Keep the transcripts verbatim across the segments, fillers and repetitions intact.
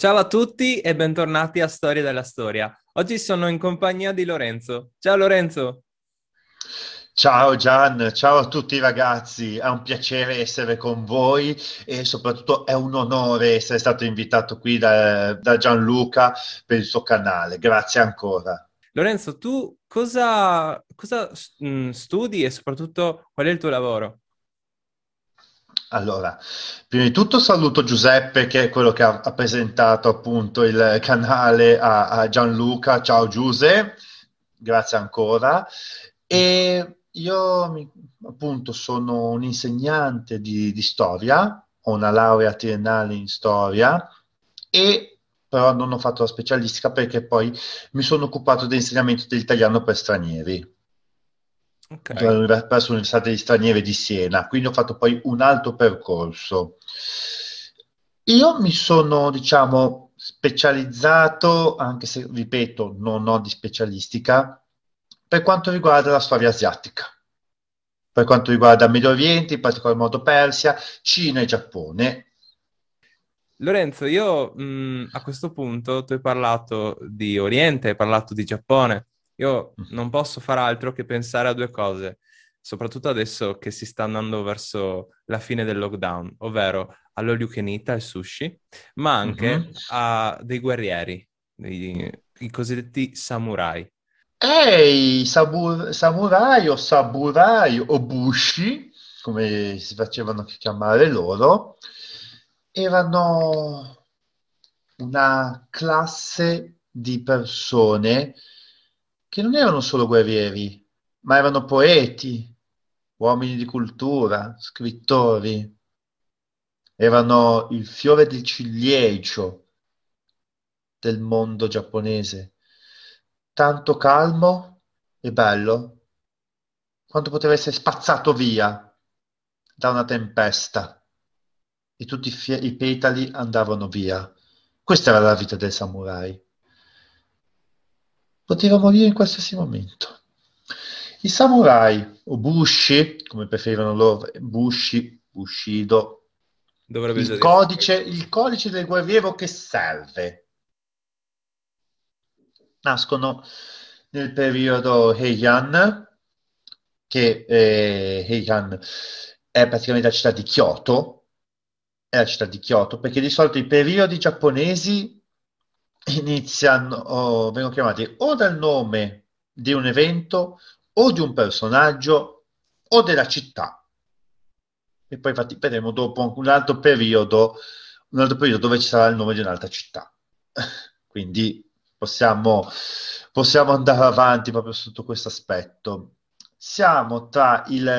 Ciao a tutti e bentornati a Storie della Storia. Oggi sono in compagnia di Lorenzo. Ciao Lorenzo. Ciao Gian, ciao a tutti ragazzi, è un piacere essere con voi e soprattutto è un onore essere stato invitato qui da, da Gianluca per il suo canale. Grazie ancora. Lorenzo, tu cosa, cosa, mm, studi e soprattutto qual è il tuo lavoro? Allora, prima di tutto saluto Giuseppe che è quello che ha, ha presentato appunto il canale a, a Gianluca. Ciao Giuse, grazie ancora. E io mi- appunto sono un insegnante di, di storia, ho una laurea triennale in storia e però non ho fatto la specialistica perché poi mi sono occupato dell'insegnamento dell'italiano per stranieri Ok. all'Univer- presso l'Università degli Stranieri di Siena, quindi ho fatto poi un altro percorso. Io mi sono, diciamo, specializzato, anche se, ripeto, non ho di specialistica, per quanto riguarda la storia asiatica, per quanto riguarda Medio Oriente, in particolar modo Persia, Cina e Giappone. Lorenzo, io mm, a questo punto tu hai parlato di Oriente, hai parlato di Giappone. Io non posso far altro che pensare a due cose, soprattutto adesso che si sta andando verso la fine del lockdown, ovvero all'all you can eat, al sushi, ma Mhm. anche a dei guerrieri, dei- i cosiddetti samurai. E i sabu- samurai o saburai o bushi, come si facevano chiamare loro, erano una classe di persone che non erano solo guerrieri, ma erano poeti, uomini di cultura, scrittori, erano il fiore del ciliegio del mondo giapponese, tanto calmo e bello quanto poteva essere spazzato via da una tempesta e tutti i, fie- i petali andavano via. Questa era la vita del samurai. Poteva morire in qualsiasi momento. I samurai, o Bushi, come preferivano loro, Bushi, Bushido, Dovrebbe già il dirsi codice, questo. il codice del guerriero che serve. Nascono nel periodo Heian, che eh, Heian è praticamente la città di Kyoto, è la città di Kyoto, perché di solito i periodi giapponesi iniziano, o vengono chiamati o dal nome di un evento, o di un personaggio, o della città. E poi infatti vedremo dopo un altro periodo, un altro periodo dove ci sarà il nome di un'altra città. Quindi possiamo, possiamo andare avanti proprio sotto questo aspetto. Siamo tra il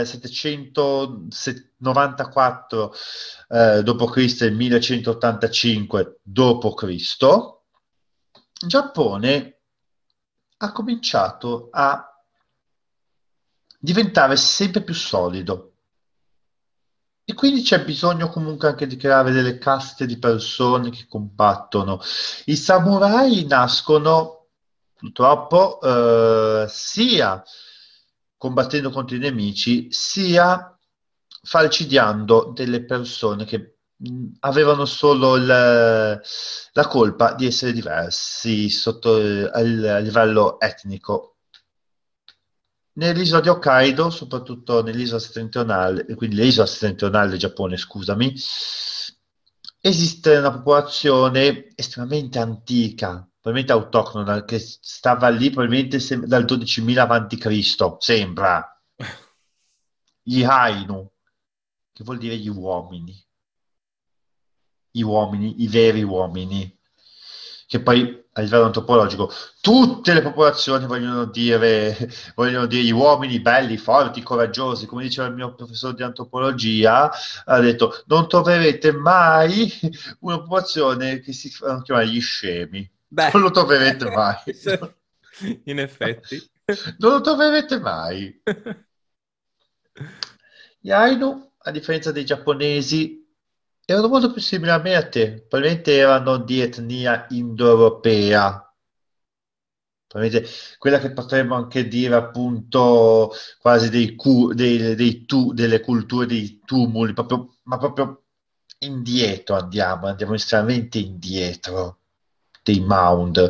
settecentonovantaquattro eh, dopo Cristo e il millecentottantacinque dopo Cristo. Il Giappone ha cominciato a diventare sempre più solido. E quindi c'è bisogno comunque anche di creare delle caste di persone che compattono. I samurai nascono purtroppo eh, sia combattendo contro i nemici, sia falcidiando delle persone che mh, avevano solo il- la colpa di essere diversi sotto, eh, al- a livello etnico. Nell'isola di Hokkaido, soprattutto nell'isola settentrionale, e quindi l'isola settentrionale del Giappone, scusami, esiste una popolazione estremamente antica, probabilmente autoctona, che stava lì probabilmente se- dal dodicimila avanti Cristo, sembra, gli Ainu, che vuol dire gli uomini, gli uomini, i veri uomini, che poi a livello antropologico tutte le popolazioni vogliono dire, vogliono dire gli uomini belli, forti, coraggiosi, come diceva il mio professore di antropologia, ha detto non troverete mai una popolazione che si fanno chiamare gli scemi, Beh, non lo troverete mai, in effetti. non lo troverete mai. Gli Ainu, a differenza dei giapponesi, erano molto più simili a me e a te. Probabilmente erano di etnia indoeuropea. Probabilmente quella che potremmo anche dire appunto quasi dei, cu- dei- dei tu- delle culture dei tumuli, proprio, ma proprio indietro andiamo, andiamo estremamente indietro dei Mound.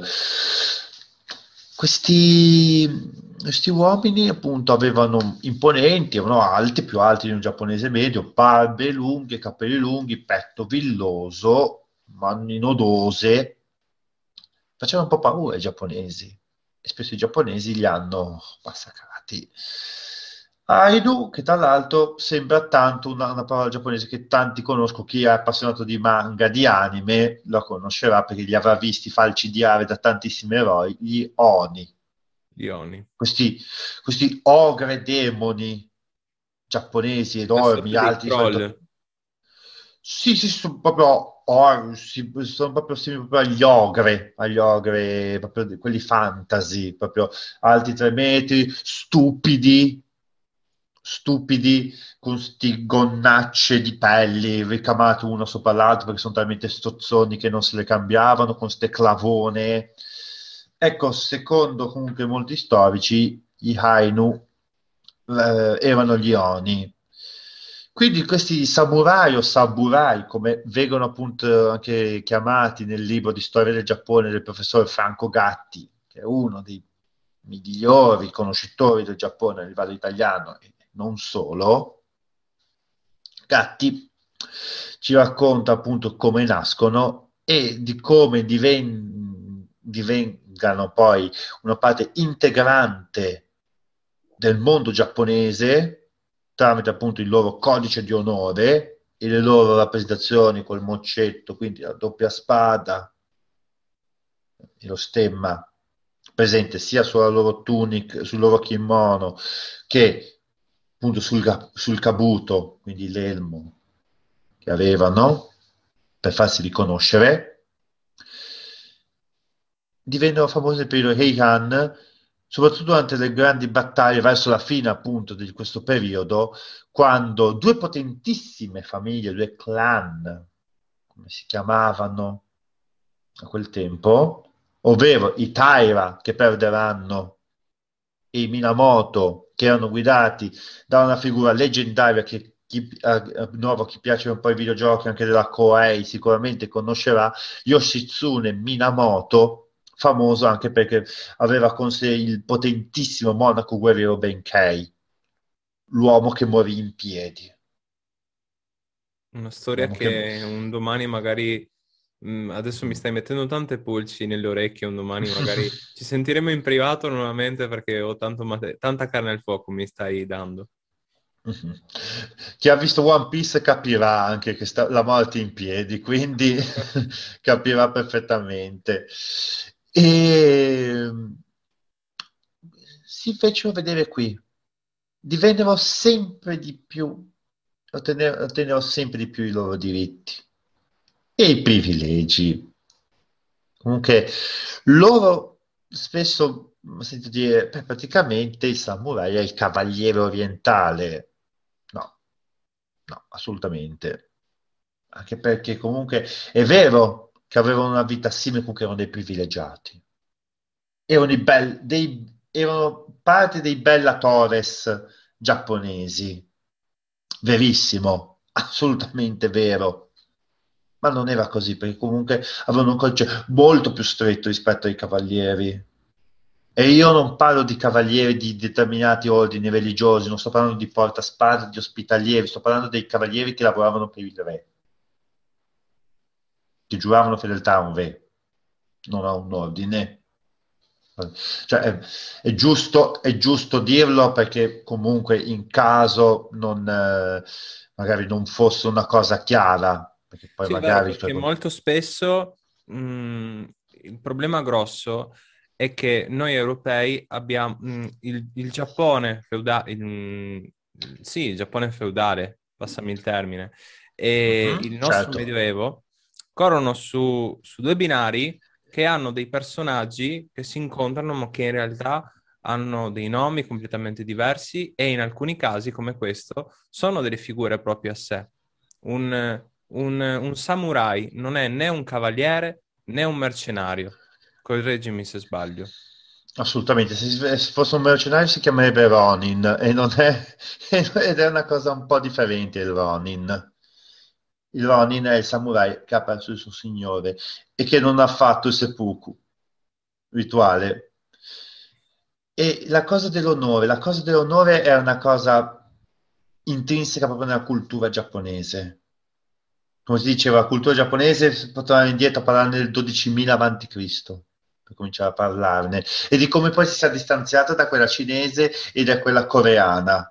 Questi, questi uomini appunto avevano imponenti, erano alti, più alti di un giapponese medio, barbe lunghe, capelli lunghi, petto villoso, mani nodose, facevano un po' paura ai giapponesi e spesso i giapponesi li hanno massacrati. Ainu, che tra l'altro sembra tanto una, una parola giapponese che tanti conosco, chi è appassionato di manga, di anime, lo conoscerà perché li avrà visti falcidiare da tantissimi eroi, gli Oni, Lioni. questi, questi ogre demoni giapponesi Una enormi, sorta di alti di solito. troll. Sì, sì, sono proprio, or- sì, sono proprio simili proprio agli ogre, agli ogre, proprio di- quelli fantasy, proprio alti tre metri, stupidi, stupidi, con sti gonnacce di pelli ricamate uno sopra l'altro perché sono talmente strozzoni che non se le cambiavano, con ste clavone. Ecco, secondo comunque molti storici, gli Ainu eh, erano gli Oni. Quindi questi samurai o saburai, come vengono appunto anche chiamati nel libro di storia del Giappone del professor Franco Gatti, che è uno dei migliori conoscitori del Giappone a livello italiano e non solo, Gatti ci racconta appunto come nascono e di come diven- divengano poi una parte integrante del mondo giapponese tramite appunto il loro codice di onore e le loro rappresentazioni col moccetto, quindi la doppia spada e lo stemma presente sia sulla loro tunic, sul loro kimono che appunto sul, sul kabuto, quindi l'elmo che avevano per farsi riconoscere. Divennero famosi nel periodo Heian, soprattutto durante le grandi battaglie verso la fine appunto di questo periodo, quando due potentissime famiglie, due clan, come si chiamavano a quel tempo, ovvero i Taira che perderanno e i Minamoto che erano guidati da una figura leggendaria che chi, a, a, nuovo, chi piace un po' i videogiochi anche della Koei sicuramente conoscerà, Yoshitsune Minamoto, famoso anche perché aveva con sé il potentissimo monaco guerriero Benkei, l'uomo che morì in piedi. Una storia L'uomo che... che un domani magari, mh, adesso mi stai mettendo tante pulci nelle orecchie, un domani magari ci sentiremo in privato nuovamente perché ho tanto mate- tanta carne al fuoco mi stai dando. Mhm. Chi ha visto One Piece capirà anche che sta la morte in piedi, quindi capirà perfettamente. E si fecero vedere qui, divennero sempre di più, ottenere- ottennero sempre di più i loro diritti e i privilegi. Comunque, loro spesso ho sentito dire, "Beh, praticamente il samurai è il cavaliere orientale." No, no, assolutamente. Anche perché comunque è vero che avevano una vita simile, comunque erano dei privilegiati. Erano, i bel- dei, erano parte dei bellatores giapponesi. Verissimo, assolutamente vero. Ma non era così, perché comunque avevano un codice molto più stretto rispetto ai cavalieri. E io non parlo di cavalieri di determinati ordini religiosi, non sto parlando di portaspade, di ospitalieri, sto parlando dei cavalieri che lavoravano per il re, che giuravano fedeltà a un re, non a un ordine. Cioè, è, è giusto, è giusto dirlo perché comunque in caso non, eh, magari non fosse una cosa chiara, perché poi Sì, è vero, magari... cioè, perché molto spesso mh, il problema grosso è che noi europei abbiamo mh, il, il Giappone feudale, sì, il Giappone feudale, passami il termine, e mhm, il nostro certo. Medioevo corrono su, su due binari che hanno dei personaggi che si incontrano, ma che in realtà hanno dei nomi completamente diversi e in alcuni casi, come questo, sono delle figure proprio a sé. Un, un, un samurai non è né un cavaliere né un mercenario. Correggimi se sbaglio. Assolutamente, se, se fosse un mercenario si chiamerebbe Ronin e non è, ed è una cosa un po' differente il Ronin. Il Ronin è il samurai che ha perso il suo signore e che non ha fatto il seppuku rituale. E la cosa dell'onore, la cosa dell'onore è una cosa intrinseca proprio nella cultura giapponese. Come si diceva, la cultura giapponese, si può tornare indietro a parlare nel dodicimila avanti Cristo, per cominciare a parlarne, e di come poi si sia distanziata da quella cinese e da quella coreana,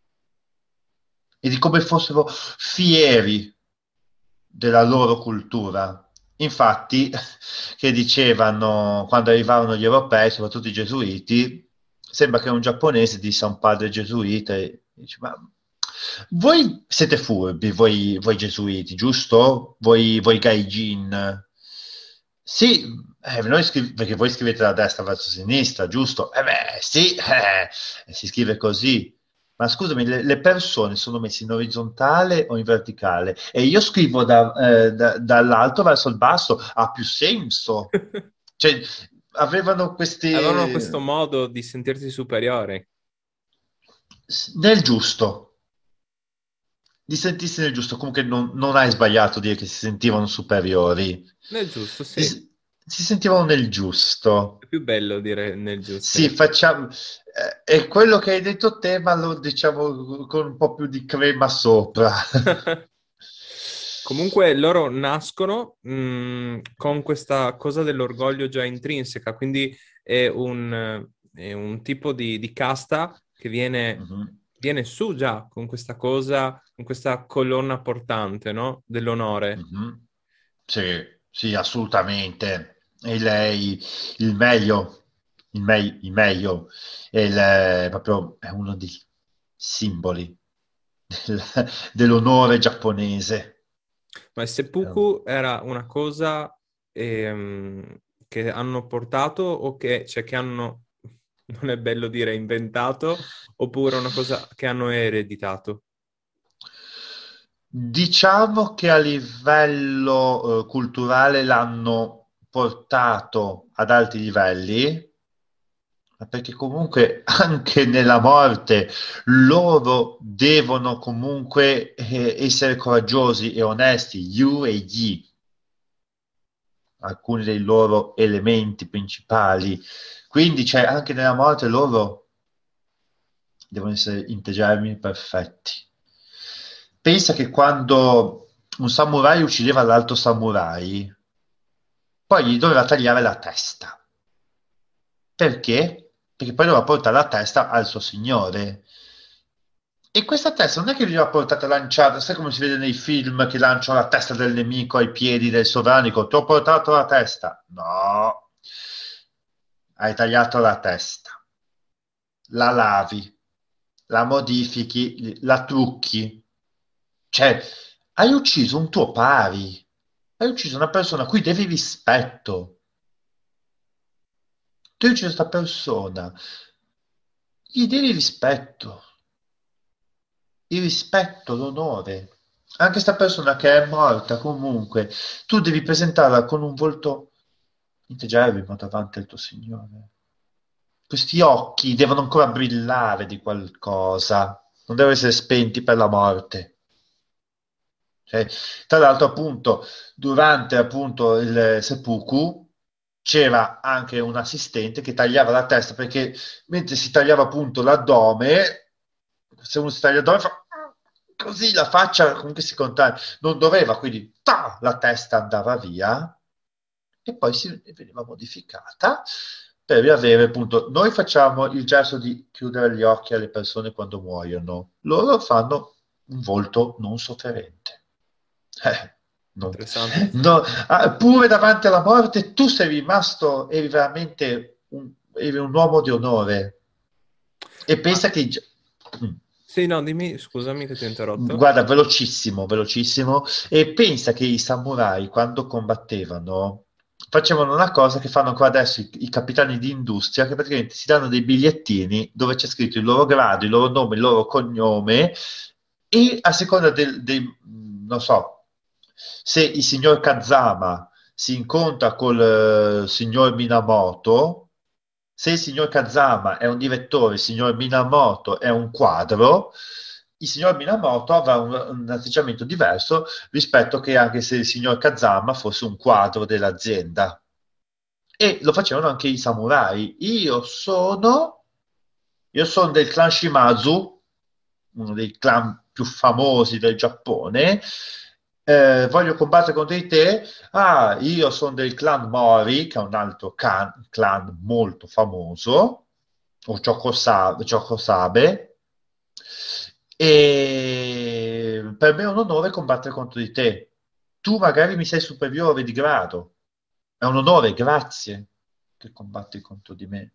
e di come fossero fieri della loro cultura. Infatti, che dicevano quando arrivarono gli europei, soprattutto i gesuiti, sembra che un giapponese disse a un padre gesuita, e dice, ma voi siete furbi, voi, voi gesuiti, giusto? Voi, voi gaijin. Sì, eh, noi scri- perché voi scrivete da destra verso sinistra, giusto? Eh beh, sì, eh, si scrive così. Ma scusami, le, le persone sono messe in orizzontale o in verticale? E io scrivo da- eh, da- dall'alto verso il basso, ha più senso. Cioè, avevano Avevano questo questi... modo di sentirsi superiori. nel giusto, di sentirsi nel giusto. Comunque non, non hai sbagliato a dire che si sentivano superiori. Nel giusto, Si, sì. si sentivano nel È giusto. più bello dire nel giusto, in Sì, facciamo... eh, è quello che hai detto te, ma lo diciamo con un po' più di crema sopra. effetti. Comunque loro nascono mh, con questa cosa dell'orgoglio già intrinseca, quindi è un, è un tipo di, di casta che viene, Mhm, viene su già con questa cosa, con questa colonna portante, no? Dell'onore. mhm. Sì, sì, assolutamente. E lei, il meglio, il, me- il meglio, è, il- è proprio è uno dei simboli del- dell'onore giapponese. Ma il È un- seppuku era una cosa ehm, che hanno portato o che, cioè, che hanno, non è bello dire inventato, oppure una cosa che hanno ereditato? Diciamo che a livello eh, culturale l'hanno portato ad alti livelli, ma perché comunque anche nella morte loro devono comunque eh, essere coraggiosi e onesti, Yu e Yi, alcuni dei loro elementi principali. Quindi c'è anche nella morte loro devono essere integerrimi e perfetti. Pensa che quando un samurai uccideva l'altro samurai, poi gli doveva tagliare la testa. Perché? Perché poi doveva portare la testa al suo signore. E questa testa non è che veniva portata lanciata, sai come si vede nei film che lanciano la testa del nemico ai piedi del sovranico? Ti ho portato la testa. No, hai tagliato la testa, la lavi, la modifichi, la trucchi. Cioè, hai ucciso un tuo pari, hai ucciso una persona a cui devi rispetto. Tu hai ucciso questa persona, gli devi rispetto, il rispetto, l'onore. Anche questa persona che è morta comunque, tu devi presentarla con un volto integerrimo davanti al tuo Signore. Questi occhi devono ancora brillare di qualcosa, non devono essere spenti per la morte. Cioè, tra l'altro, appunto, durante appunto il seppuku c'era anche un assistente che tagliava la testa perché mentre si tagliava appunto l'addome, se uno si taglia l'addome fa così la faccia comunque si contrae, non doveva, quindi ta, la testa andava via e poi si veniva modificata per riavere appunto, noi facciamo il gesto di chiudere gli occhi alle persone quando muoiono, loro fanno un volto non sofferente. Eh, no. Interessante. No, ah, pure davanti alla morte tu sei rimasto, eri veramente un, eri un uomo di onore. E Ma pensa che... i gi- Mm. sì, no, dimmi, scusami che ti ho interrotto. Guarda, velocissimo, velocissimo. E pensa che i samurai, quando combattevano, facevano una cosa che fanno ancora adesso i, i capitani di industria, che praticamente si danno dei bigliettini dove c'è scritto il loro grado, il loro nome, il loro cognome, e a seconda del, del non so, se il signor Kazama si incontra col eh, signor Minamoto, se il signor Kazama è un direttore, il signor Minamoto è un quadro, il signor Minamoto aveva un, un atteggiamento diverso rispetto che anche se il signor Kazama fosse un quadro dell'azienda. E lo facevano anche i samurai. Io sono, io sono del clan Shimazu, uno dei clan più famosi del Giappone. Eh, voglio combattere contro di te. Ah, io sono del clan Mori, che è un altro can- clan molto famoso, o Chokosa- Chokosabe. E per me è un onore combattere contro di te. Tu magari mi sei superiore di grado. È un onore, grazie, che combatti contro di me.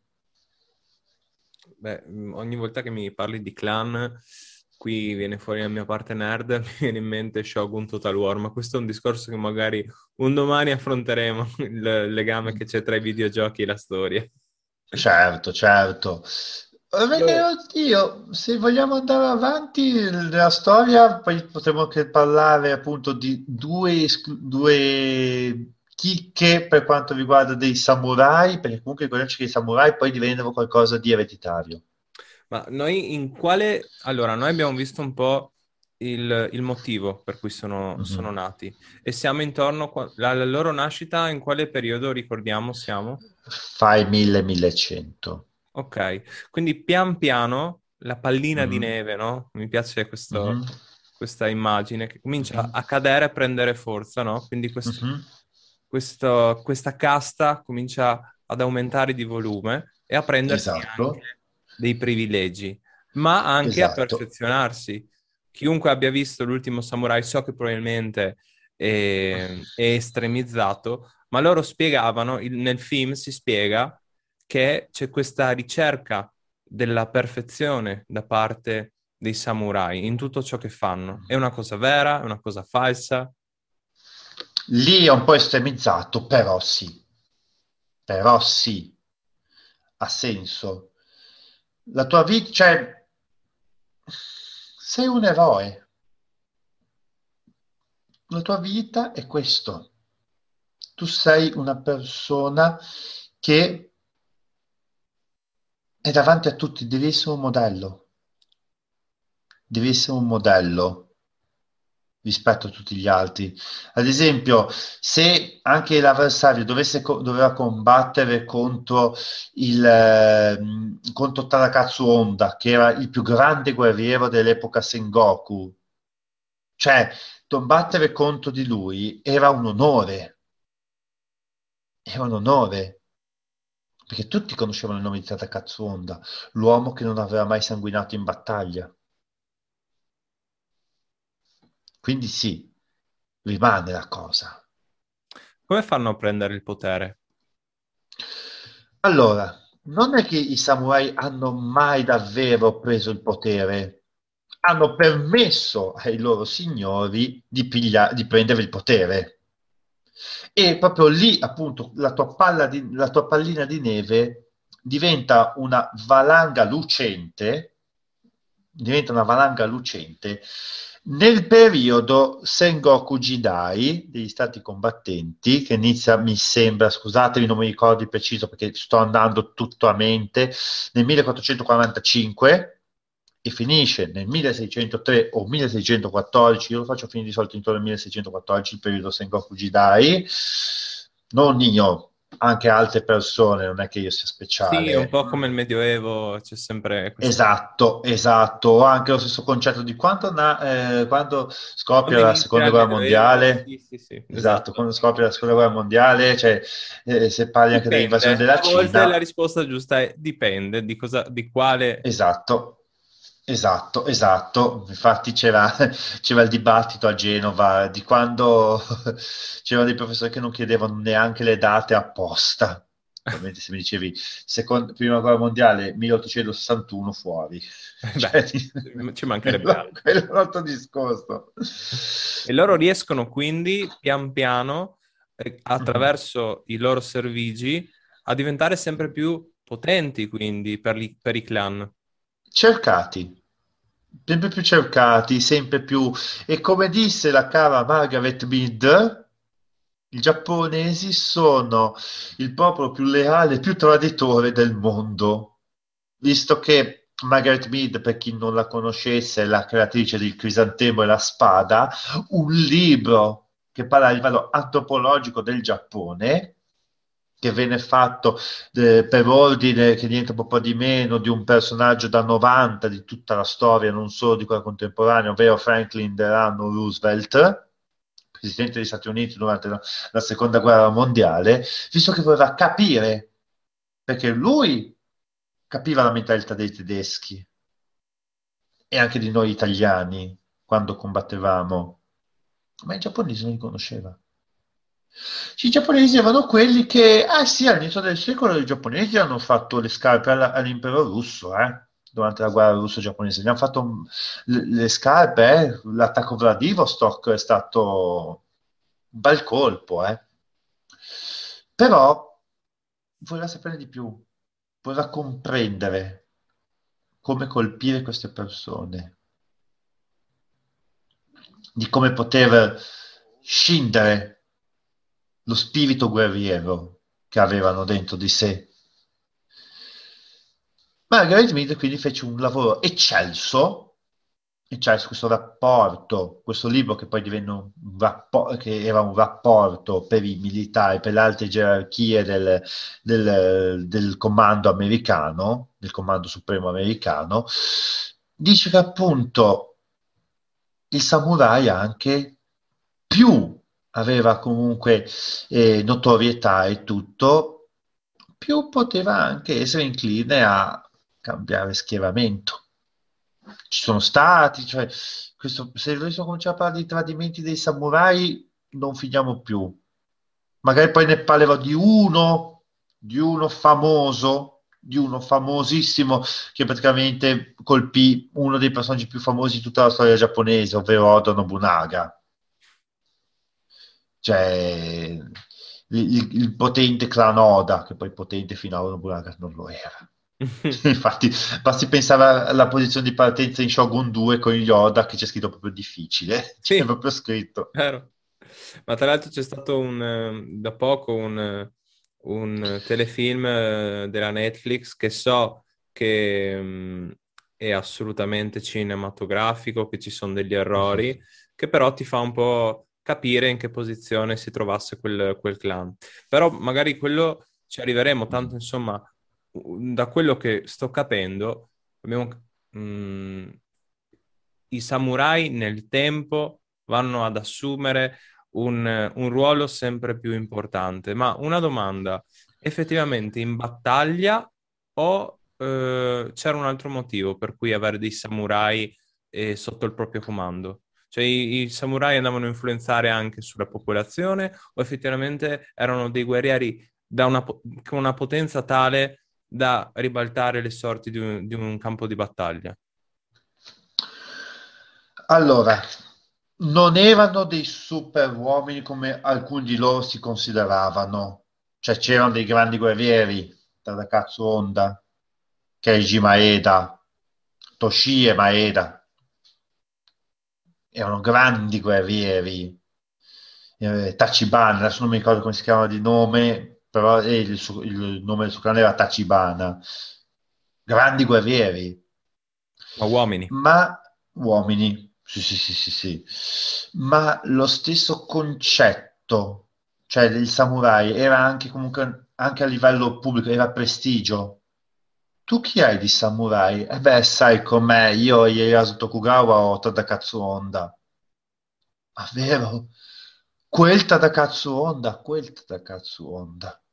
Beh, mh, ogni volta che mi parli di clan, qui viene fuori la mia parte nerd, mi viene in mente Shogun Total War, ma questo è un discorso che magari un domani affronteremo, il legame che c'è tra i videogiochi e la storia. Certo, certo. Eh, Perché, Io- oddio, se vogliamo andare avanti nella storia, poi potremo anche parlare appunto di due, esclu- due chicche per quanto riguarda dei samurai, perché comunque ricordiamoci che i samurai poi diventano qualcosa di ereditario. Ma noi in quale... Allora, noi abbiamo visto un po' il, il motivo per cui sono, sono Mhm. nati e siamo intorno... qua- La, la loro nascita in quale periodo, ricordiamo, siamo? Fai mille, millecento. Ok, quindi pian piano la pallina di Mhm. neve, no? Mi piace questo- Mhm. questa immagine che comincia Mhm. a cadere e a prendere forza, no? Quindi questo- Mhm. questo- questa casta comincia ad aumentare di volume e a prendersi Esatto, anche dei privilegi, ma anche a esatto. perfezionarsi. Chiunque abbia visto l'ultimo samurai, so che probabilmente è, è estremizzato, ma loro spiegavano, il- nel film si spiega che c'è questa ricerca della perfezione da parte dei samurai in tutto ciò che fanno. È una cosa vera, è una cosa falsa? Lì è un po' estremizzato, però sì, però sì, ha senso. La tua vita, cioè, sei un eroe. La tua vita è questo. Tu sei una persona che è davanti a tutti, devi essere un modello. Devi essere un modello rispetto a tutti gli altri. Ad esempio, se anche l'avversario dovesse co- doveva combattere contro il ehm, contro Tarakatsu Honda, che era il più grande guerriero dell'epoca Sengoku, cioè combattere contro di lui era un onore, era un onore, perché tutti conoscevano il nome di Tarakatsu Honda, l'uomo che non aveva mai sanguinato in battaglia. Quindi sì, rimane la cosa. Come fanno a prendere il potere? Allora, non è che i samurai hanno mai davvero preso il potere, hanno permesso ai loro signori di, piglia- di prendere il potere. E proprio lì, appunto, la tua palla di- la tua pallina di neve diventa una valanga lucente, diventa una valanga lucente nel periodo Sengoku Jidai degli stati combattenti, che inizia, mi sembra, scusatemi, non mi ricordo di preciso perché sto andando tutto a mente, nel millequattrocentoquarantacinque e finisce nel milleseicentotre o milleseicentoquattordici, io lo faccio finire di solito intorno al milleseicentoquattordici, il periodo Sengoku Jidai, non io, anche altre persone, non è che io sia Sì, è un speciale. po' come il Medioevo, c'è sempre questa... Esatto, esatto. Ho anche lo stesso concetto di quando, na- eh, quando Quando scoppia la inizia seconda il guerra Medioevo, mondiale. sì, sì, sì, Esatto, esatto. quando scoppia la seconda guerra mondiale, cioè, eh, se parli anche dell'invasione Dipende, della a volte la Cina. risposta giusta è dipende di cosa, di quale... Esatto, esatto, esatto. Infatti c'era c'era il dibattito a Genova di quando c'erano dei professori che non chiedevano neanche le date apposta. Probabilmente se mi dicevi seconda, prima guerra mondiale milleottocentosessantuno fuori. Cioè, Beh, di- ci mancherebbe quello, altro. quello è un altro discorso. E loro riescono quindi pian piano, eh, Mhm. attraverso i loro servigi, a diventare sempre più potenti, quindi, per, li- per i clan. Cercati, sempre più cercati, sempre più. E come disse la cara Margaret Mead, i giapponesi sono il popolo più leale e più traditore del mondo, visto che Margaret Mead, per chi non la conoscesse, è la creatrice di Il Crisantemo e la Spada, un libro che parla a livello antropologico del Giappone, che venne fatto eh, per ordine, che niente po' di meno, di un personaggio da novanta di tutta la storia, non solo di quella contemporanea, ovvero Franklin Delano Roosevelt, presidente degli Stati Uniti durante la, la seconda guerra mondiale, visto che voleva capire, perché lui capiva la mentalità dei tedeschi e anche di noi italiani quando combattevamo, ma i giapponesi non li conosceva. I giapponesi erano quelli che, ah sì, all'inizio del secolo i giapponesi hanno fatto le scarpe alla- all'impero russo, eh, durante la guerra russo-giapponese. Gli hanno fatto mm, le, le scarpe, eh, l'attacco Vladivostok è stato un bel colpo, eh. Però voleva sapere di più, voleva comprendere come colpire queste persone, di come poter scindere lo spirito guerriero che avevano dentro di sé. Margaret Mead quindi fece un lavoro eccelso, eccelso questo rapporto, questo libro che poi divenne un rapporto, che era un rapporto per i militari, per le alte gerarchie del, del, del comando americano, del comando supremo americano, dice che appunto il samurai anche più aveva comunque eh, notorietà e tutto, più poteva anche essere incline a cambiare schieramento. Ci sono stati, cioè, questo, se dovessimo cominciare a parlare di tradimenti dei samurai, non finiamo più. Magari poi ne parlerò di uno, di uno famoso, di uno famosissimo che praticamente colpì uno dei personaggi più famosi di tutta la storia giapponese, ovvero Oda Nobunaga. Cioè, il, il- il potente clan Oda, che poi potente fino a Oda Nobunaga non lo era. Infatti, basti pensare alla posizione di partenza in Shogun due con gli Oda, che c'è scritto proprio difficile, c'è Sì, proprio scritto. vero. Ma tra l'altro c'è stato un, eh, da poco un, eh, un telefilm eh, della Netflix che so che mh, è assolutamente cinematografico, che ci sono degli errori, che però ti fa un po' capire in che posizione si trovasse quel, quel clan. Però magari quello ci arriveremo, tanto insomma, u- da quello che sto capendo, abbiamo, mh, i samurai nel tempo vanno ad assumere un, un ruolo sempre più importante. Ma una domanda, effettivamente in battaglia o eh, c'era un altro motivo per cui avere dei samurai eh, sotto il proprio comando? Cioè i, i samurai andavano a influenzare anche sulla popolazione o effettivamente erano dei guerrieri da una, po- con una potenza tale da ribaltare le sorti di un, di un campo di battaglia? Allora, non erano dei super uomini come alcuni di loro si consideravano. Cioè c'erano dei grandi guerrieri, Tadakatsu Honda, Keiji Maeda, Toshie Maeda, erano grandi guerrieri. Eh, Tachibana, adesso non mi ricordo come si chiama di nome, però eh, il, suo- il nome del suo clan era Tachibana. Grandi guerrieri, Ma uomini. ma uomini, sì, sì, sì, sì, sì. Ma lo stesso concetto, cioè del samurai, era anche comunque anche a livello pubblico, era prestigio. Tu chi hai di samurai? Eh beh, sai com'è, io Ieyasu Tokugawa ho Tadakatsu Honda. Ah, vero? Quel Tadakatsu Honda, quel Tadakatsu Honda.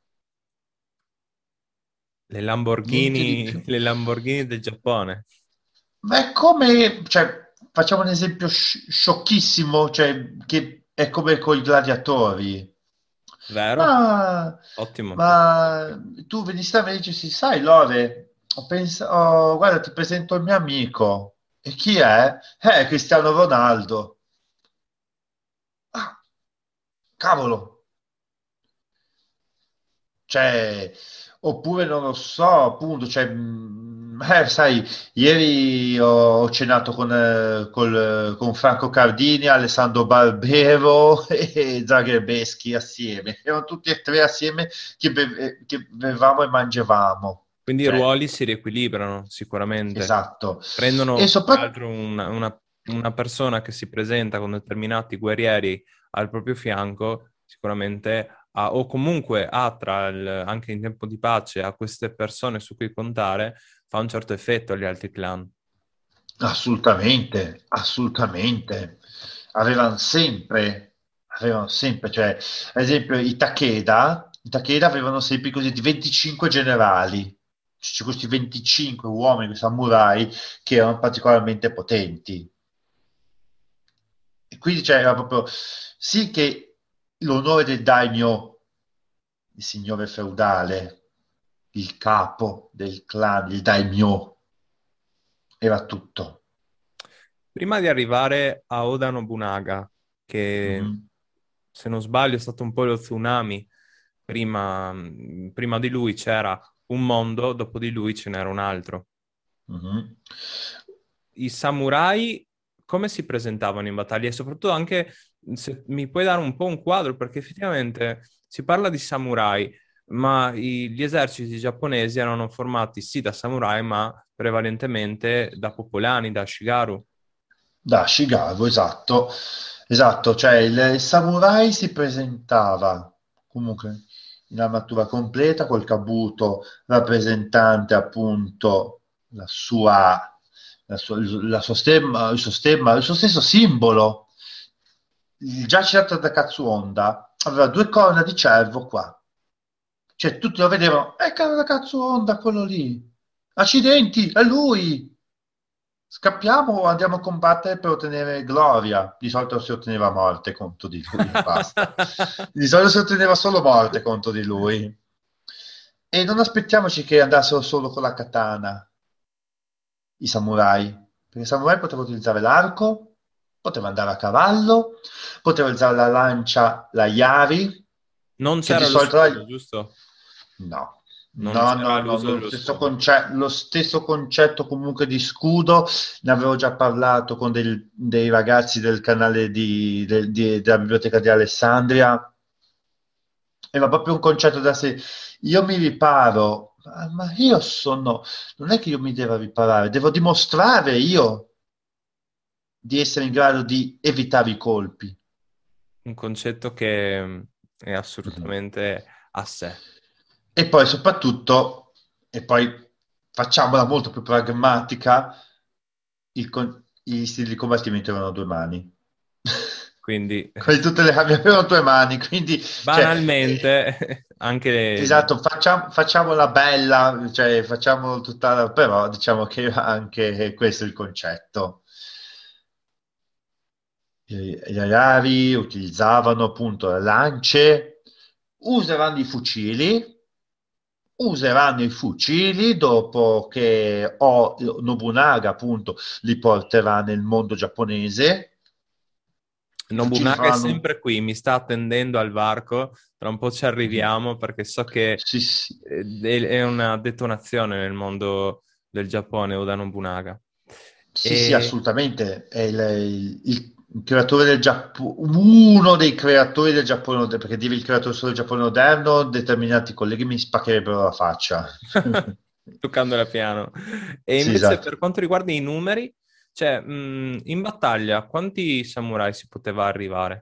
Le Niente di Lamborghini, più. le Lamborghini del Giappone, Ma è come, cioè, facciamo un esempio sci- sciocchissimo, cioè, che è come con i gladiatori. vero? Ma, Ottimo. ma tu veniste a me e dici, sai, Lore, ho pensato, guarda, ti presento il mio amico. E chi è? Eh, Cristiano Ronaldo. Ah, cavolo. Cioè, oppure non lo so, appunto, cioè, mh, eh, sai, ieri ho cenato con, eh, col- con Franco Cardini, Alessandro Barbero e Zagrebeschi assieme. Erano tutti e tre assieme che, beve- che bevevamo e mangiavamo. Quindi i Cioè, ruoli si riequilibrano sicuramente. esatto. Prendono E più che soprattutto... altro una, una- una persona che si presenta con determinati guerrieri al proprio fianco, sicuramente ha, o comunque ha tra il, anche in tempo di pace, ha queste persone su cui contare, fa un certo effetto agli altri clan. Assolutamente, assolutamente. Avevano sempre, avevano sempre, cioè, ad esempio, i Takeda, i Takeda avevano sempre così di venticinque generali, cioè questi venticinque uomini, samurai, che erano particolarmente potenti. E quindi c'era proprio, sì che l'onore del daimyo, il signore feudale, il capo del clan, il daimyo, era tutto. Prima di arrivare a Oda Nobunaga, che Mhm. se non sbaglio è stato un po' lo tsunami, prima, prima di lui c'era un mondo, dopo di lui ce n'era un altro. Mhm. I samurai come si presentavano in battaglia? E soprattutto anche se mi puoi dare un po' un quadro, perché effettivamente si parla di samurai, ma i- gli eserciti giapponesi erano formati sì da samurai, ma prevalentemente da popolani, da Shigaru. Da Shigaru, esatto, esatto, cioè il, il samurai si presentava comunque in armatura completa col kabuto rappresentante appunto la sua, la sua, la sua stemma, il suo stemma, il suo stesso simbolo. Il già citato da Katsuonda aveva due corna di cervo qua, cioè tutti lo vedevano, eh caro da Katsuonda, quello lì, accidenti, è lui! Scappiamo o andiamo a combattere per ottenere gloria? Di solito si otteneva morte contro di lui e basta. Di solito si otteneva solo morte contro di lui. E non aspettiamoci che andassero solo con la katana, i samurai. Perché i samurai potevano utilizzare l'arco, potevano andare a cavallo, potevano usare la lancia, la Yari, Non che di c'era lo solito... scudo, giusto? No, Non no, c'era no, no, l'uso lo dello stesso, scudo. conce- lo stesso concetto comunque di scudo, ne avevo già parlato con del- dei ragazzi del canale di- del- di- della biblioteca di Alessandria, era proprio un concetto da sé. Io mi riparo, ma ma io sono, non è che io mi devo riparare, devo dimostrare io di essere in grado di evitare i colpi. Un concetto che mm, è Mhm. assolutamente a sé. E poi soprattutto, e poi facciamola molto più pragmatica, il con- gli stili di combattimento avevano due mani. Quindi, Quasi tutte le armi avevano due mani, quindi, cioè, eh, banalmente, anche esatto, facciamo, facciamola bella, cioè, facciamo tutta, però diciamo che anche questo è il concetto. I- Gli Ariari utilizzavano appunto le lance, useranno i fucili, useranno i fucili dopo che o Nobunaga appunto li porterà nel mondo giapponese. I fucili Nobunaga è faranno... sempre qui, mi sta attendendo al varco, tra un po' ci Mhm. arriviamo perché so che Sì, sì, eh, è una detonazione nel mondo del Giappone, Oda Nobunaga. sì, sì, E assolutamente. È il, il- il creatore del Giappone, uno dei creatori del Giappone moderno, perché dire il creatore solo del Giappone moderno, determinati colleghi mi spaccherebbero la faccia. toccandola piano. E Sì, invece per esatto. quanto riguarda i numeri, cioè, mh, in battaglia, quanti samurai si poteva arrivare?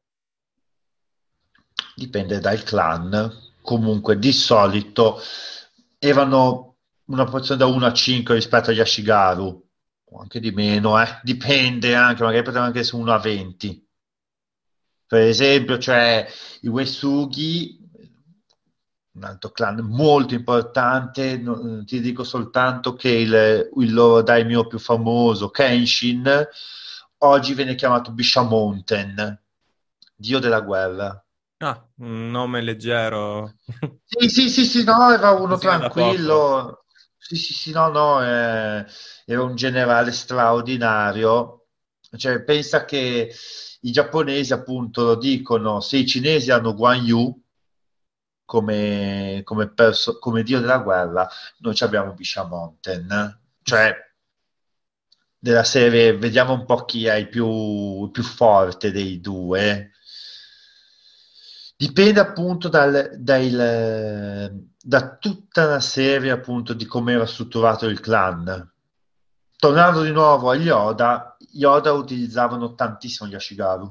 Dipende dal clan. Comunque, di solito erano una porzione da uno a cinque rispetto agli Ashigaru, o anche di meno, eh. Dipende anche, magari potevano anche essere uno a venti. Per esempio, c'è i Uesugi, un altro clan molto importante, no- ti dico soltanto che il, il loro daimyo più famoso, Kenshin, oggi viene chiamato Bishamonten, dio della guerra. Ah, un nome leggero, Sì, sì, sì, sì, no, era uno così da poco. tranquillo. Sì, sì, sì, no, no, eh, era un generale straordinario. Cioè, pensa che i giapponesi, appunto, lo dicono, se i cinesi hanno Guan Yu come, come, perso- come dio della guerra, noi ci abbiamo Bishamonten. Cioè, della serie, vediamo un po' chi è il più, il più forte dei due. Dipende appunto dal, dal- da tutta una serie appunto di come era strutturato il clan. Tornando di nuovo agli Oda, gli Oda utilizzavano tantissimo gli Ashigaru.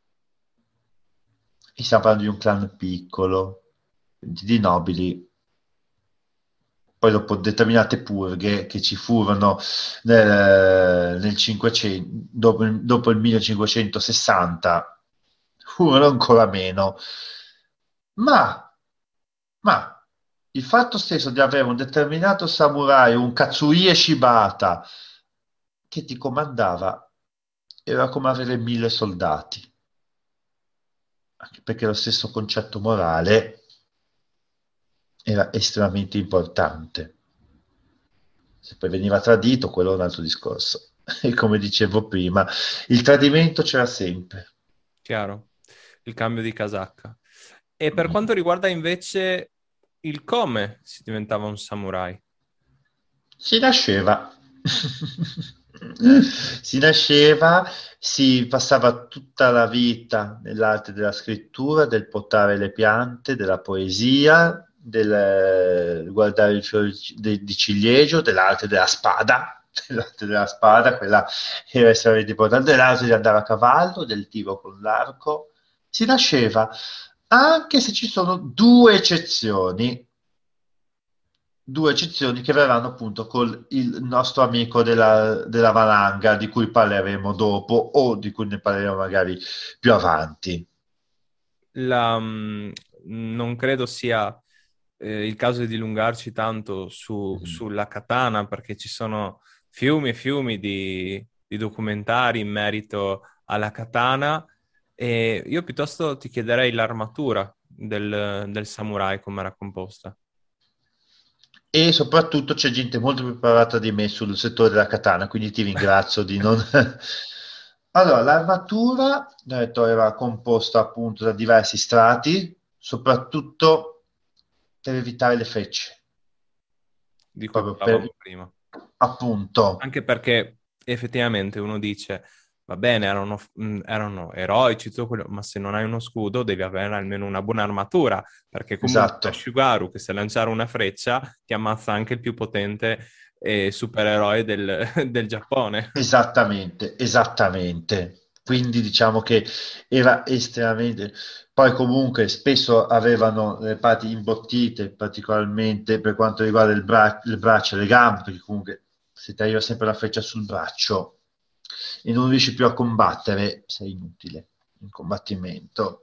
E stiamo parlando di un clan piccolo, di nobili. Poi dopo determinate purghe che ci furono nel, nel cinquecento, dopo, dopo il millecinquecentosessanta, furono ancora meno. Ma, ma il fatto stesso di avere un determinato samurai, un Katsuie Shibata, che ti comandava, era come avere mille soldati. Anche perché lo stesso concetto morale era estremamente importante. Se poi veniva tradito, quello è un altro discorso. E come dicevo prima, il tradimento c'era sempre. Chiaro, il cambio di casacca. E per quanto riguarda invece il come si diventava un samurai? Si nasceva. Si nasceva, si passava tutta la vita nell'arte della scrittura, del potare le piante, della poesia, del eh, guardare il fiore di, di ciliegio, dell'arte della spada, dell'arte della spada, quella era estremamente importante, dell'arte di andare a cavallo, del tiro con l'arco. Si nasceva, anche se ci sono due eccezioni, due eccezioni che verranno appunto con il nostro amico della, della valanga, di cui parleremo dopo o di cui ne parleremo magari più avanti. La, mm, non credo sia eh, il caso di dilungarci tanto su- Mhm. sulla katana, perché ci sono fiumi e fiumi di, di documentari in merito alla katana, e io piuttosto ti chiederei l'armatura del, del samurai, come era composta. E soprattutto c'è gente molto più preparata di me sul settore della katana, quindi ti ringrazio di non... Allora, l'armatura, ho detto, era composta appunto da diversi strati, soprattutto per evitare le frecce, Di cui proprio per parlavamo prima. appunto. Anche perché effettivamente uno dice, va bene, erano, mh, erano eroici, tutto quello, ma se non hai uno scudo devi avere almeno una buona armatura, perché comunque Esatto, Ashigaru, che sa lanciare una freccia, ti ammazza anche il più potente eh, supereroe del, del Giappone. esattamente, esattamente. Quindi diciamo che era estremamente... Poi comunque spesso avevano le parti imbottite, particolarmente per quanto riguarda il, bra- il braccio e le gambe, perché comunque se ti arriva sempre la freccia sul braccio e non riesci più a combattere, sei inutile in combattimento.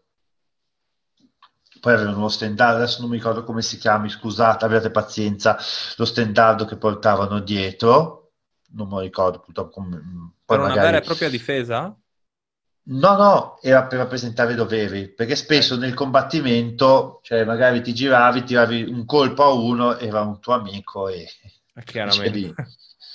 Poi avevano lo stendardo, adesso non mi ricordo come si chiami, scusate, abbiate pazienza, lo stendardo che portavano dietro, non me lo ricordo, purtroppo, come- poi Per una vera magari... e propria difesa? No, no, era per rappresentare i doveri, perché Ok, spesso nel combattimento, cioè magari ti giravi, tiravi un colpo a uno, era un tuo amico e chiaramente. dicevi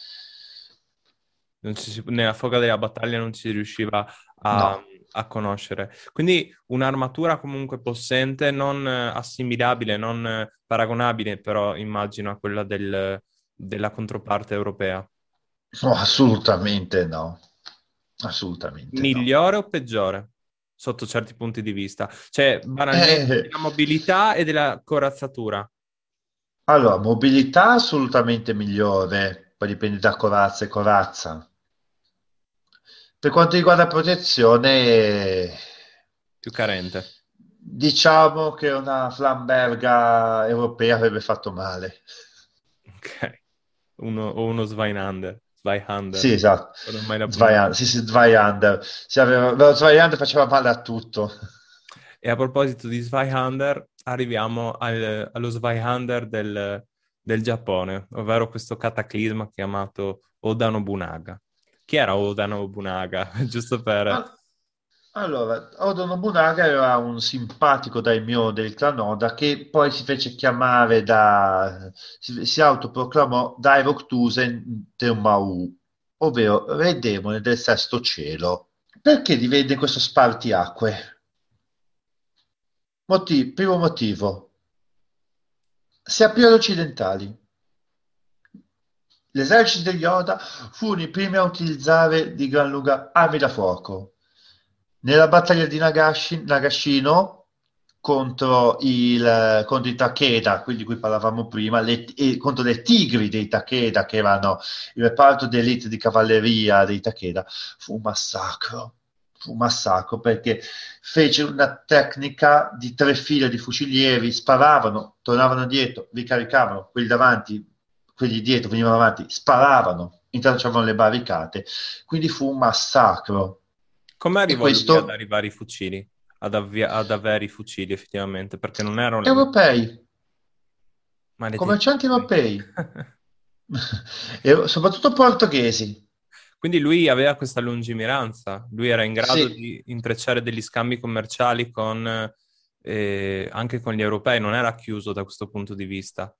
Non ci si- nella foga della battaglia non si riusciva a, no. a conoscere. Quindi un'armatura comunque possente, non eh, assimilabile, non eh, paragonabile, però immagino a quella del- della controparte europea. No, assolutamente no, assolutamente no. Migliore o peggiore? Sotto certi punti di vista. Cioè, banalmente, Eh, della mobilità e della corazzatura. allora, mobilità assolutamente migliore, poi dipende da corazza e corazza. Per quanto riguarda protezione, Più carente. diciamo che una Flamberga europea avrebbe fatto male. Ok. Uno, o uno Zweihänder. Zweihänder. Sì, esatto. Ormai la Zweiand- sì, sì, Zweihander. Sì, aveva- lo Zweihander faceva male a tutto. E a proposito di Zweihander, arriviamo al- allo Zweihander del, del Giappone, ovvero questo cataclisma chiamato Oda Nobunaga. Chi era Oda Nobunaga? Giusto per... Ah, allora, Oda Nobunaga era un simpatico daimyo del clan Oda che poi si fece chiamare da... si, si autoproclamò Dairokusen Tenmau, ovvero re demone del sesto cielo. Perché divenne questo spartiacque? Motivo, primo motivo, si aprì agli occidentali. L'esercito degli Oda furono i primi a utilizzare di gran lunga armi da fuoco. Nella battaglia di Nagashi- Nagashino contro, il, contro i Takeda, quelli di cui parlavamo prima, le, e contro le tigri dei Takeda, che erano il reparto d'elite di cavalleria dei Takeda. Fu un massacro, fu un massacro perché fece una tecnica di tre file di fucilieri, sparavano, tornavano dietro, ricaricavano, quelli davanti, quelli dietro venivano avanti, sparavano, intralciavano le barricate, quindi fu un massacro. Come E arrivò lui ad questo arrivare i fucili? Ad, avvia- ad avere i fucili, effettivamente, perché non erano le europei, maledetti. commercianti europei, e soprattutto portoghesi. Quindi lui aveva questa lungimiranza, lui era in grado Sì, di intrecciare degli scambi commerciali con, eh, anche con gli europei, non era chiuso da questo punto di vista.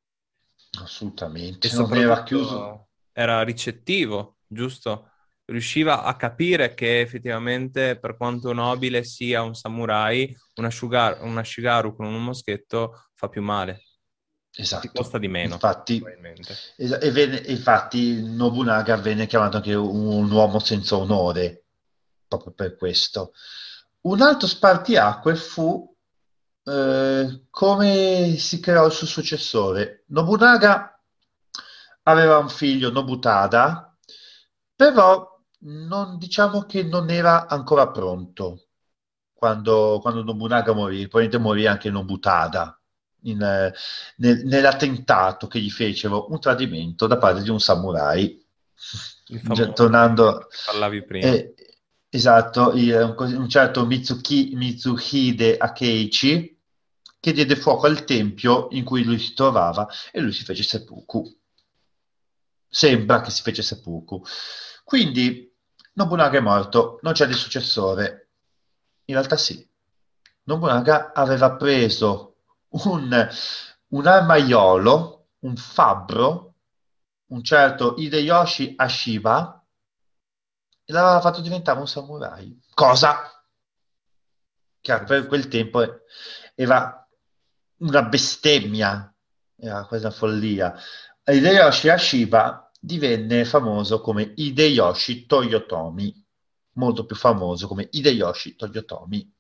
E assolutamente, non era chiuso. soprattutto era ricettivo, giusto? Riusciva a capire che effettivamente, per quanto nobile sia un samurai, una, Shugar- una Shigaru con un moschetto fa più male. Ti costa Esatto, di meno, infatti, probabilmente. es- e venne- infatti Nobunaga venne chiamato anche un, un uomo senza onore, proprio per questo. Un altro spartiacque fu eh, come si creò il suo successore. Nobunaga aveva un figlio, Nobutada, però non, diciamo che non era ancora pronto quando, quando Nobunaga morì, probabilmente morì anche Nobutada in, eh, nel- nell'attentato che gli fecero un tradimento da parte di un samurai. Il Già, famoso di tornando, cui parlavi prima. eh, esatto, il- un, cos- un certo Mitsuki, Mitsuhide Akeichi che diede fuoco al tempio in cui lui si trovava e lui si fece seppuku. Sembra che si fece seppuku. Quindi Nobunaga è morto, non c'è di successore. In realtà sì. Nobunaga aveva preso un, un armaiolo, un fabbro, un certo Hideyoshi Ashiba, e l'aveva fatto diventare un samurai. Cosa che per quel tempo era una bestemmia, era quasi una follia. Hideyoshi Ashiba divenne famoso come Hideyoshi Toyotomi, molto più famoso come Hideyoshi Toyotomi,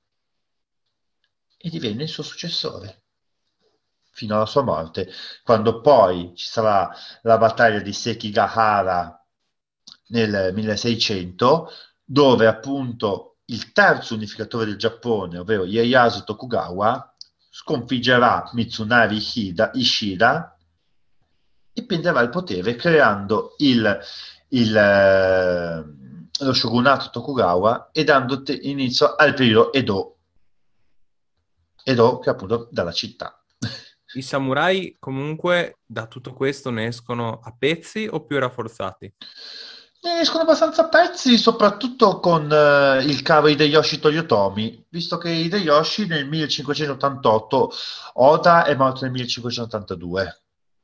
e divenne il suo successore fino alla sua morte, quando poi ci sarà la battaglia di Sekigahara nel milleseicento, dove appunto il terzo unificatore del Giappone, ovvero Ieyasu Tokugawa, sconfiggerà Mitsunari Ishida, Ishida e prenderà il potere creando il, il, eh, lo shogunato Tokugawa e dando te- inizio al periodo Edo. Edo che è appunto dalla città. I samurai comunque da tutto questo ne escono a pezzi o più rafforzati? Ne escono abbastanza a pezzi, soprattutto con eh, il caro Hideyoshi Toyotomi, visto che Hideyoshi nel millecinquecentottantotto, Oda è morto nel millecinquecentottantadue.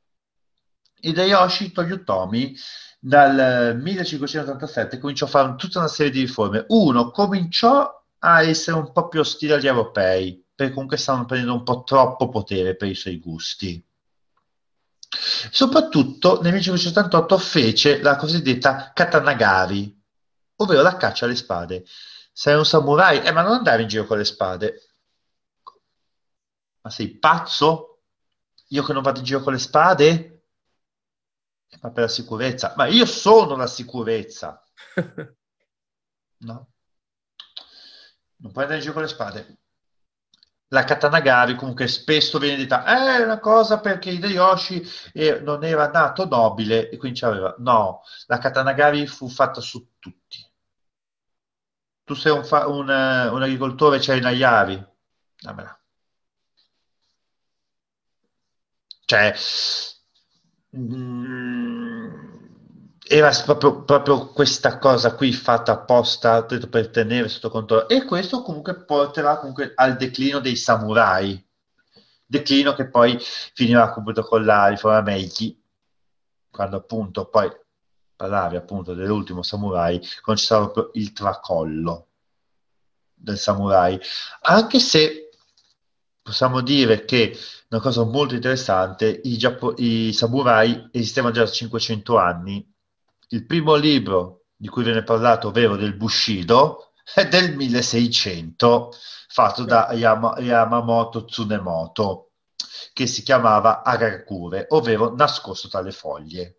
Hideyoshi Toyotomi dal millecinquecentottantasette cominciò a fare tutta una serie di riforme. Uno, cominciò a essere un po' più ostile agli europei, perché comunque stavano prendendo un po' troppo potere per i suoi gusti. Soprattutto nel millecinquecentottantotto fece la cosiddetta Katanagari, ovvero la caccia alle spade. Sei un samurai, eh, ma non andare in giro con le spade. Ma sei pazzo? Io che non vado in giro con le spade? Eh, Ma per la sicurezza. Ma io sono la sicurezza. No? Non puoi andare in giro con le spade. La Katanagari comunque spesso viene detta "Eh, è una cosa perché Hideyoshi eh, non era nato nobile e quindi c'aveva". No, la Katanagari fu fatta su tutti. Tu sei un, fa- un, eh, un agricoltore, c'hai una Yari, dammela. Cioè, mm, era proprio, proprio questa cosa qui fatta apposta detto, per tenere sotto controllo. E questo comunque porterà comunque al declino dei samurai. Declino che poi finirà appunto con la riforma Meiji, quando appunto poi parlavi appunto dell'ultimo samurai, quando ci sarà proprio il tracollo del samurai. Anche se possiamo dire che una cosa molto interessante, i, Giappo- i samurai esistevano già da cinquecento anni. Il primo libro di cui viene parlato, ovvero del Bushido, è del milleseicento, fatto da Yama- Yamamoto Tsunemoto, che si chiamava Hagakure, ovvero nascosto tra le foglie.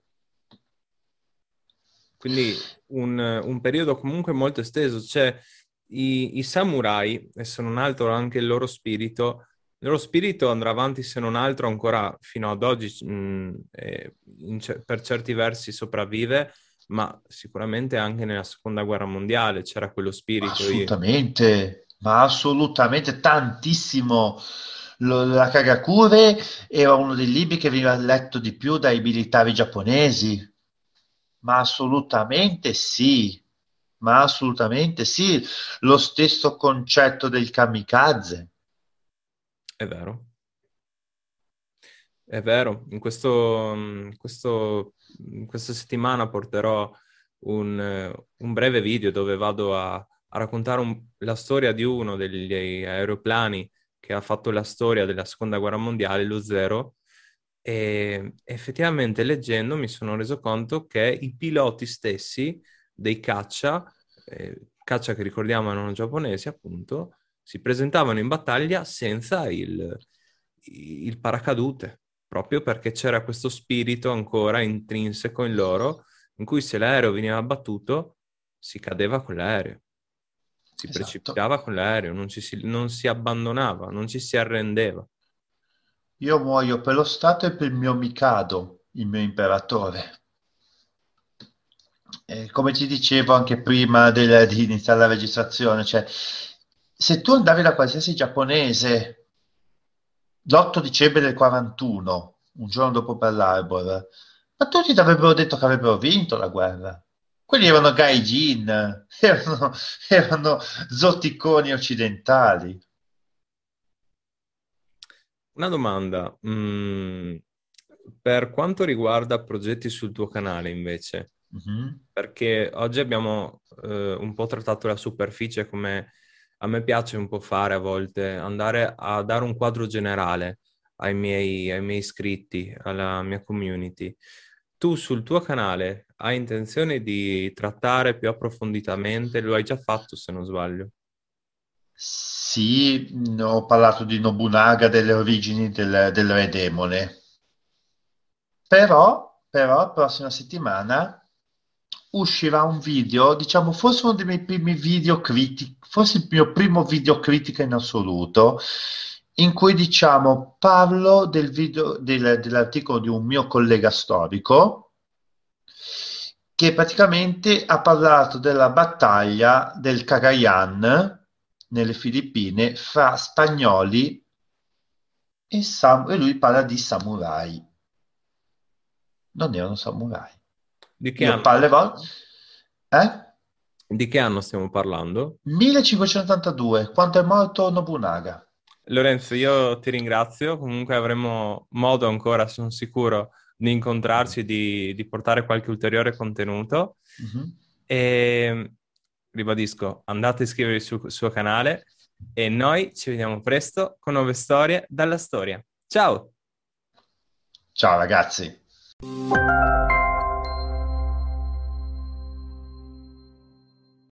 Quindi un, un periodo comunque molto esteso, cioè i, i samurai, e se non altro anche il loro spirito, il loro spirito andrà avanti se non altro ancora fino ad oggi, mh, eh, in ce- per certi versi sopravvive, ma sicuramente anche nella seconda guerra mondiale c'era quello spirito. Io- Assolutamente, ma assolutamente tantissimo. Lo- la Kagakure era uno dei libri che veniva letto di più dai militari giapponesi, ma assolutamente sì, ma assolutamente sì. Lo stesso concetto del kamikaze. È vero. È vero, in questo, in questo- in questa settimana porterò un, eh, un breve video dove vado a, a raccontare un- la storia di uno degli aeroplani che ha fatto la storia della seconda guerra mondiale, lo Zero, e effettivamente leggendo mi sono reso conto che i piloti stessi dei caccia, eh, caccia che ricordiamo erano giapponesi appunto, si presentavano in battaglia senza il il paracadute, proprio perché c'era questo spirito ancora intrinseco in loro, in cui se l'aereo veniva abbattuto, si cadeva con l'aereo, si Esatto. precipitava con l'aereo, non ci si, non si abbandonava, non ci si arrendeva. Io muoio per lo Stato e per il mio Mikado, il mio imperatore. Eh, come ti dicevo anche prima del- di iniziare la registrazione, cioè, se tu andavi da qualsiasi giapponese l'otto dicembre del quarantuno, un giorno dopo Pearl Harbor, ma tutti ti avrebbero detto che avrebbero vinto la guerra. Quelli erano gaijin, erano, erano zotticoni occidentali. Una domanda, mm, per quanto riguarda progetti sul tuo canale invece, Mhm. perché oggi abbiamo eh, un po' trattato la superficie come a me piace un po' fare a volte, andare a dare un quadro generale ai miei, ai miei iscritti, alla mia community. Tu sul tuo canale hai intenzione di trattare più approfonditamente? Lo hai già fatto se non sbaglio. Sì, mh, ho parlato di Nobunaga, delle origini del, del re demone. Però, però, la prossima settimana uscirà un video, diciamo, forse uno dei miei primi video critici, forse il mio primo video critica in assoluto, in cui, diciamo, parlo del video, del- dell'articolo di un mio collega storico, che praticamente ha parlato della battaglia del Cagayan nelle Filippine fra spagnoli e, sam- e lui parla di samurai. Non erano samurai. Di che Io anno parlerò. parliamo? Eh? Di che anno stiamo parlando? millecinquecentottantadue, quando è morto Nobunaga. Lorenzo, io ti ringrazio, comunque avremo modo ancora, sono sicuro, di incontrarci, di, di portare qualche ulteriore contenuto Mhm. e ribadisco, andate a iscrivervi sul suo canale e noi ci vediamo presto con nuove storie dalla storia. Ciao! Ciao ragazzi.